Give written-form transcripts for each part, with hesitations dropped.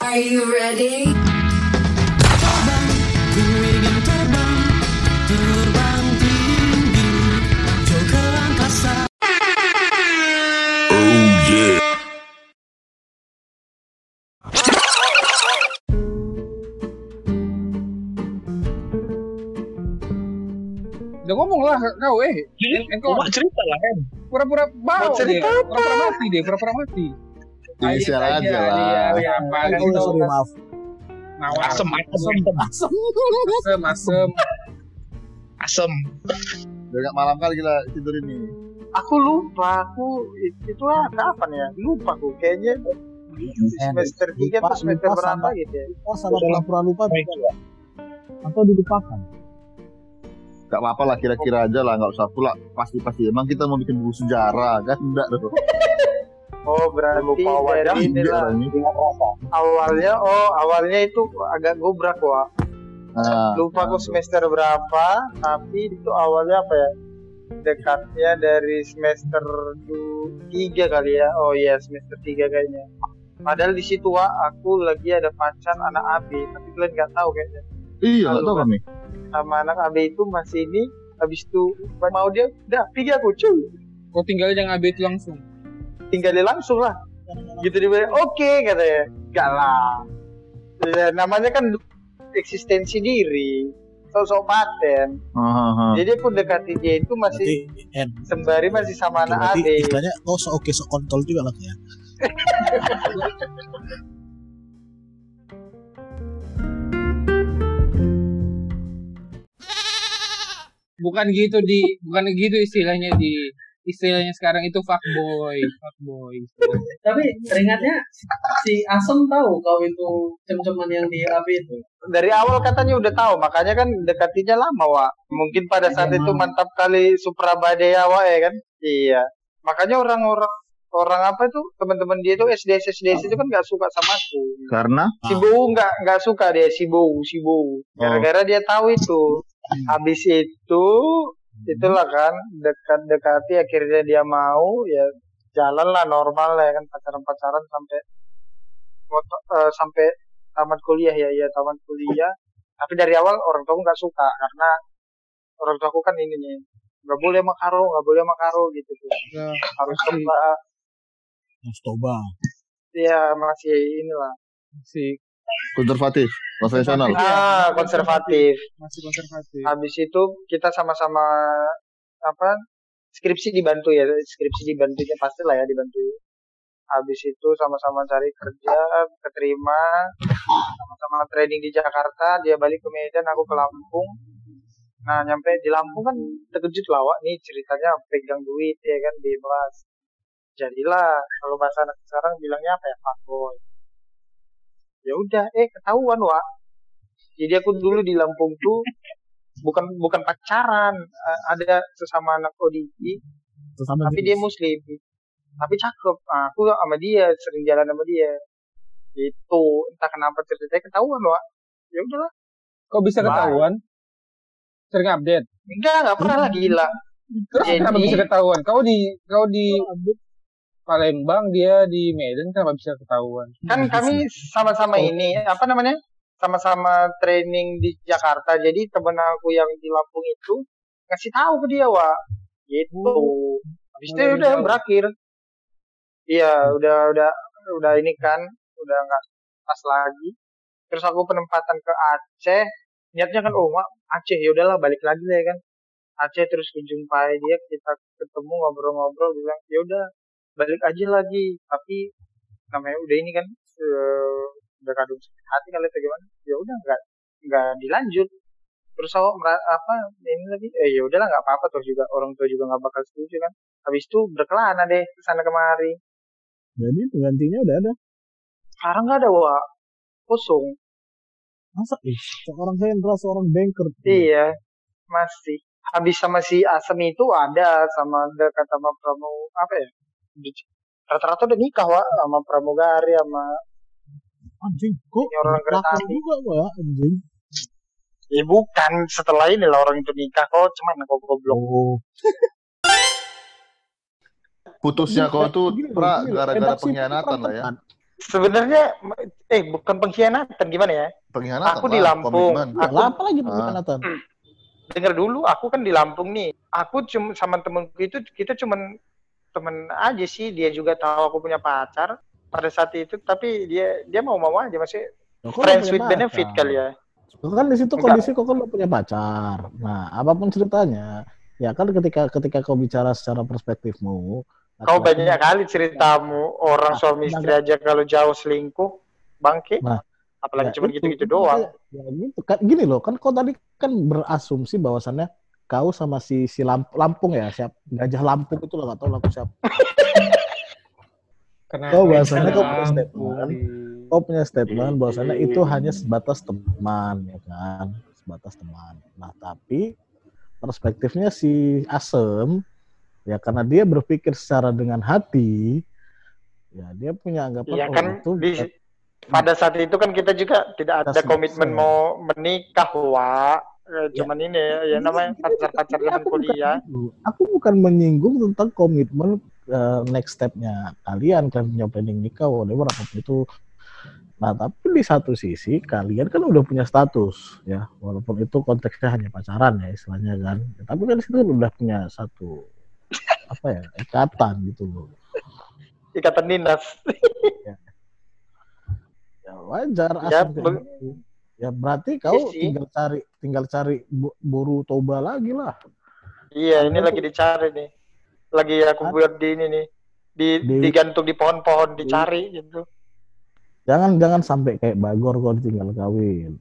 Are you ready? Terbang, ku ingin terbang, terbang tinggi, jauh ke angkasa. Oh yeah. Udah ngomong lah kau Kau cerita lah kan. pura-pura bau dia, cerita pura-pura mati. Inisial aja lah. Apa kan Oh, itu? sorry, maaf. Asem. Udah gak malam kali gila tidur ini. Aku lupa, itu kapan ya? Lupa aku kayaknya semester 3 atau semester berapa gitu ya. Oh, salah pura-pura lupa atau dilupakan. Gak apa-apa lah, kira-kira aja lah, gak usah pula pasti-pasti. Emang kita mau bikin buku sejarah kan? Enggak dong. Oh berarti dari inilah awalnya itu agak gobrak Wak. Lupa aku semester berapa, tapi itu awalnya apa ya? Dekatnya dari semester 3 kali ya. Oh iya, semester 3 kayaknya. Padahal di situ Wak, aku lagi ada pacar anak AB, tapi kalian nggak tahu kayaknya. Iya, gak tau kami. Sama anak AB itu masih ini, habis itu mau dia, udah pergi aku cuy. Kau tinggal yang AB itu langsung. Tinggalin langsung lah. Gitu dia bilang, oke katanya. Gak lah. Ya, namanya kan eksistensi diri. Sok-sok paten. Jadi aku dekati dia itu masih sembari masih sama anak AB. Istilahnya sok sok kontol juga lah ya. Bukan gitu istilahnya sekarang itu fuckboy. Tapi teringatnya si Asem tahu kau itu cem-ceman yang di AB itu. Dari awal katanya udah tahu, makanya kan dekatinya lama Wak. Mungkin pada saat itu mantap kali Suprabadaya Wak ya kan. Iya. Makanya orang apa itu teman-teman dia itu SDS itu kan nggak suka sama aku. Karena Si Bowo nggak suka dia si Bowo. Gara-gara dia tahu itu. Habis itu itulah kan dekati akhirnya dia mau ya jalan lah normal lah ya kan pacaran sampai tamat kuliah ya tamat kuliah. Tapi dari awal orang tua nggak suka karena orang tua aku kan ini nih nggak boleh makaro gitu tuh. Harus coba. Iya masih inilah Si konservatif, konvensional. Konservatif. masih konservatif. Habis itu kita sama-sama skripsi dibantunya pastilah ya dibantu. Habis itu sama-sama cari kerja, keterima, sama-sama training di Jakarta, dia balik ke Medan, aku ke Lampung. Nah, nyampe di Lampung kan terkejut lah, Wak, nih ceritanya pegang duit ya kan bebas. Jadilah kalau bahasa anak sekarang bilangnya apa ya, fuckboy. Ya udah, ketahuan Wak. Jadi aku dulu di Lampung tuh bukan pacaran, ada sesama anak ODI, tapi dia Muslim, tapi cakep. Aku sama dia sering jalan sama dia. Itu entah kenapa ceritanya ketahuan Wak. Ya udahlah. Kok bisa ketahuan? Sering update? Enggak pernah lah gila. Terus kenapa bisa ketahuan? Kau di Palembang, dia di Medan, kenapa bisa ketahuan? Kan kami sama-sama ini, sama-sama training di Jakarta. Jadi temen aku yang di Lampung itu ngasih tahu ke dia, Wak. Gitu. Habis itu udah berakhir. Iya, udah ini kan, udah nggak pas lagi. Terus aku penempatan ke Aceh. Niatnya kan, Wak, Aceh, ya udahlah balik lagi lah ya kan. Aceh terus jumpai dia, kita ketemu ngobrol-ngobrol, bilang, ya udah balik aja lagi, tapi namanya udah ini kan udah kadung sakit hati kali atau gimana, ya udah nggak dilanjut. Terus aku ini lagi ya udahlah nggak apa-apa, terus juga orang tua juga nggak bakal setuju kan. Habis itu berkelana deh kesana kemari. Jadi penggantinya udah ada? Sekarang nggak ada Wak, kosong. Masa seorang Hendra, seorang banker. Iya masih. Habis sama si Asem itu ada sama dekat sama Pramu apa ya? Rata-rata udah nikah Wak sama pramugari sama anjing kok orang kereta api juga Wak anjing. Ya bukan, setelah ini lah orang itu nikah kok, cuman kok goblok. Putusnya kau tuh gara-gara pengkhianatan lah ya. Sebenarnya bukan pengkhianatan, gimana ya? Pengkhianatan Aku di lah, Lampung. komitmen. Ya, Aku apa lagi pengkhianatan? denger dulu, aku kan di Lampung nih. Aku cuma sama temenku itu kita cuman temen aja sih. Dia juga tahu aku punya pacar pada saat itu, tapi dia mau aja, masih Loh, kok friends nggak with punya benefit pacar? kali ya. Kan di situ Enggak. kondisi kok kan lo punya pacar. Nah, apapun ceritanya, ya kan ketika kau bicara secara perspektifmu, Kau laki-laki- banyak kali ceritamu orang Nah, suami istri aja kalau jauh selingkuh, bangke. Nah, Apalagi ya cuma itu gitu-gitu doang. Ya gitu kan, gini loh, kan kau tadi kan berasumsi bahwasannya kau sama si Lampung ya, siap Gajah Lampung itu lah, nggak tahu lah aku siapa. Kenapa? Kau bahasanya kau punya Lampung, statement. Di- Kau punya statement bahwasannya itu hanya sebatas teman, ya kan, sebatas teman. Nah, tapi perspektifnya si Asem, ya karena dia berpikir secara dengan hati, ya dia punya anggapan Iya kan, itu pada saat itu kan kita juga tidak ada Kita komitmen selesai. mau menikah, Wak. Cuman ini ya Ini- namanya ini- pacar-pacar ini zaman aku bukan kuliah. gitu. Aku bukan menyinggung tentang komitmen next step-nya kalian punya planning nikah, whatever apapun itu. Nah, tapi di satu sisi kalian kan udah punya status ya, walaupun itu konteksnya hanya pacaran ya istilahnya kan. Ya, tapi kan di situ udah punya satu ikatan gitu loh. Ikatan dinas. Ya wajar Ya, asal kayak gitu. Ya berarti kau sih. tinggal cari buru toba lagi lah. Iya, ini Aku- lagi dicari nih. Lagi aku buat di ini nih. Digantung di pohon-pohon, dicari gitu. Jangan sampai kayak Bagor kau tinggal kawin.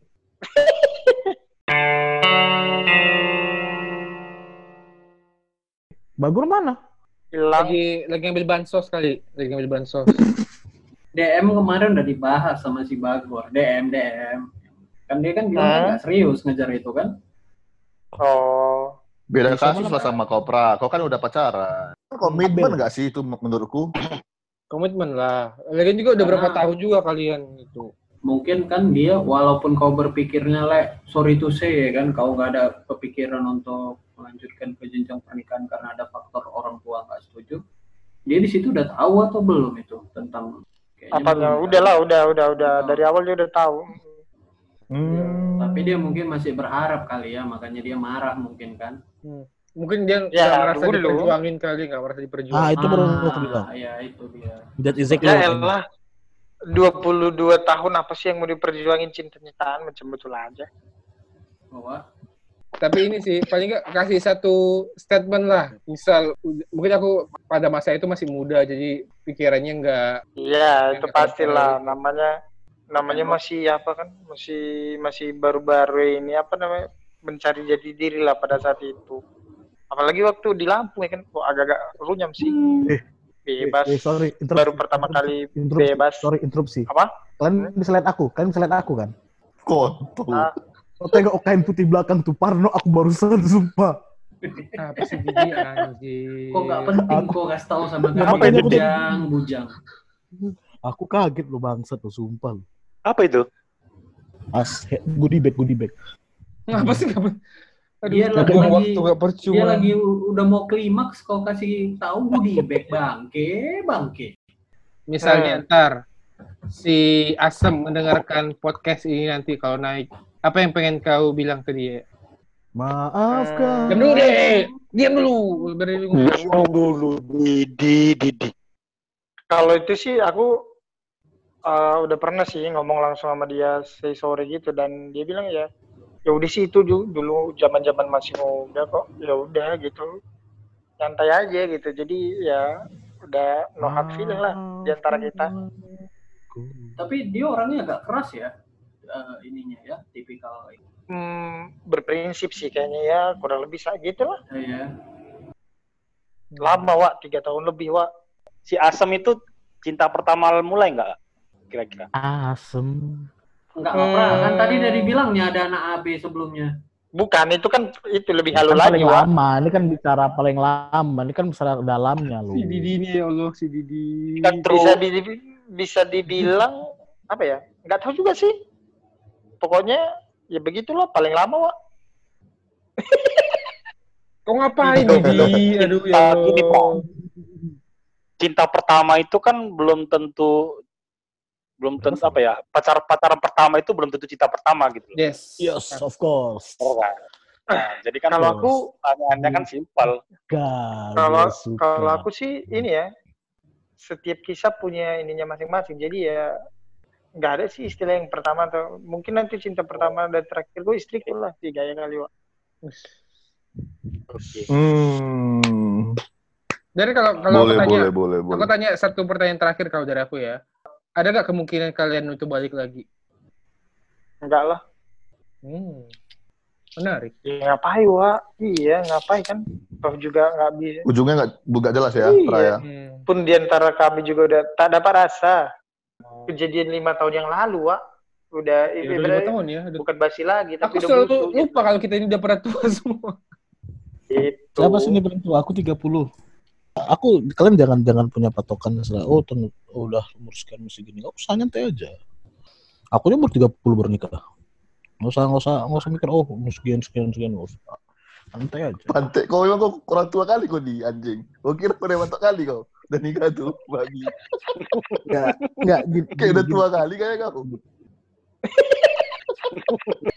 Bagor mana? Hilang. lagi ngambil bansos kali, lagi ngambil bansos. DM kemarin udah dibahas sama si Bagor. DM. Kan dia kan bilang nggak serius ngejar itu kan. Oh. Beda Bisa kasus mana, lah sama Kopra. Kau kan udah pacaran. Komitmen nggak sih itu menurutku? Komitmen lah. Lagian juga udah berapa tahun juga kalian itu. Mungkin kan dia walaupun kau berpikirnya sorry to say ya kan, kau nggak ada kepikiran untuk melanjutkan ke jenjang pernikahan karena ada faktor orang tua nggak setuju. Dia di situ udah tahu atau belum itu tentang Apanya? Udah. Dari awal dia udah tahu. Tapi dia mungkin masih berharap kali ya, makanya dia marah mungkin kan. Mungkin dia Ya, nggak merasa dulu. diperjuangin kali, nggak merasa diperjuangin. Ah, itu baru aku bilang. Ya itu dia. That is exactly Ya what I mean. elah. 22 tahun apa sih yang mau diperjuangin cinta-cintaan, macam betul aja. Bahwa Tapi ini sih paling nggak kasih satu statement lah. Misal mungkin aku pada masa itu masih muda, jadi pikirannya nggak. Iya, itu Yang pastilah. kata-kata Namanya masih apa kan? Masih baru-baru ini apa namanya? Mencari jati diri lah pada saat itu. Apalagi waktu di Lampung ya kan, kok agak-agak runyam sih. Bebas. Sorry, Baru pertama kali bebas. Sorry, interupsi. Apa? Kalian bisa lihat aku kan? Kontol. Ah, Kau tengok kain putih belakang tuh, Parno aku barusan sumpah. Apa sih gigi anjing? kok nggak penting kok kasih tahu sama Apa kami itu? bujang. Aku kaget lo bangsat lo, sumpah lo. Apa itu? Goodie bag. Ngapa sih kamu? Aduh, Dia lagi- buang waktu nggak percuma. Dia lagi udah mau klimaks kau kasih tahu goodie bag bangke. Misalnya ntar si Asem mendengarkan podcast ini nanti kalau naik, apa yang pengen kau bilang ke dia? Maafkan. Diam dulu deh, diam dulu. Didi. kalau itu sih aku udah pernah sih ngomong langsung sama dia say sorry gitu, dan dia bilang ya udah sih itu dulu zaman masih muda kok, ya udah gitu, santai aja gitu. Jadi ya udah no hard feeling lah di antara kita. Tapi dia orangnya agak keras ya. Ininya ya, tipikal Berprinsip sih kayaknya ya, kurang lebih gitu lah. ya. Lama Wak, 3 tahun lebih Wak. Si Asem itu cinta pertama mulai nggak? Kira-kira. Asem. Enggak pernah kan tadi dari bilangnya ada anak AB sebelumnya. Bukan, itu kan itu lebih halu Kan lagi paling Wak. lama, ini kan bicara paling lama, ini kan bicara dalamnya lo. Si Didi ini ya Allah, si Didi. Kan bisa dibilang apa ya? Nggak tahu juga sih. Pokoknya ya begitulah, paling lama Wak. Kau ngapain Didi? Aduh ya Cinta gini, Allah. Pong. Cinta pertama itu kan belum tentu belum tentu apa ya, pacaran pertama itu belum tentu cinta pertama gitu loh. Yes. Yes, of course. Nah, jadi kan kalau aku pertanyaannya kan simpel. Kalau aku sih ini ya, setiap kisah punya ininya masing-masing. Jadi ya nggak ada sih istilah yang pertama atau mungkin nanti cinta pertama dan terakhir gue istriku lah 3 kali Wak. Oke. Dari kalau Boleh. aku tanya satu pertanyaan terakhir kalau dari aku ya. Ada nggak kemungkinan kalian untuk balik lagi? Enggak lah. Menarik. Ya, ngapain Wak? Iya ngapain kan? Toh juga nggak bisa. Ujungnya nggak jelas ya, Iya. Pra ya. Pun diantara kami juga udah tak dapat rasa. Kejadian 5 tahun yang lalu, Wak. Udah Ya, ini udah 5 tahun ya. bukan basi lagi, tapi Aku udah selalu busuk, lupa kalau kita ini udah pernah tua semua. gitu. Siapa sih ini paling tua? Aku 30. Kalian jangan punya patokan udah umur sekian mesti gini. Enggak usah nyantai aja. Aku umur 30 bernikah. Nggak usah mikir umur sekian enggak usah. Santai aja. Pantai, kau memang kau kurang tua kali kau di anjing. Kau kira kau udah mantap kali kau. Dan nikah tuh, babi. Enggak Kayak udah tua kali kayak kau.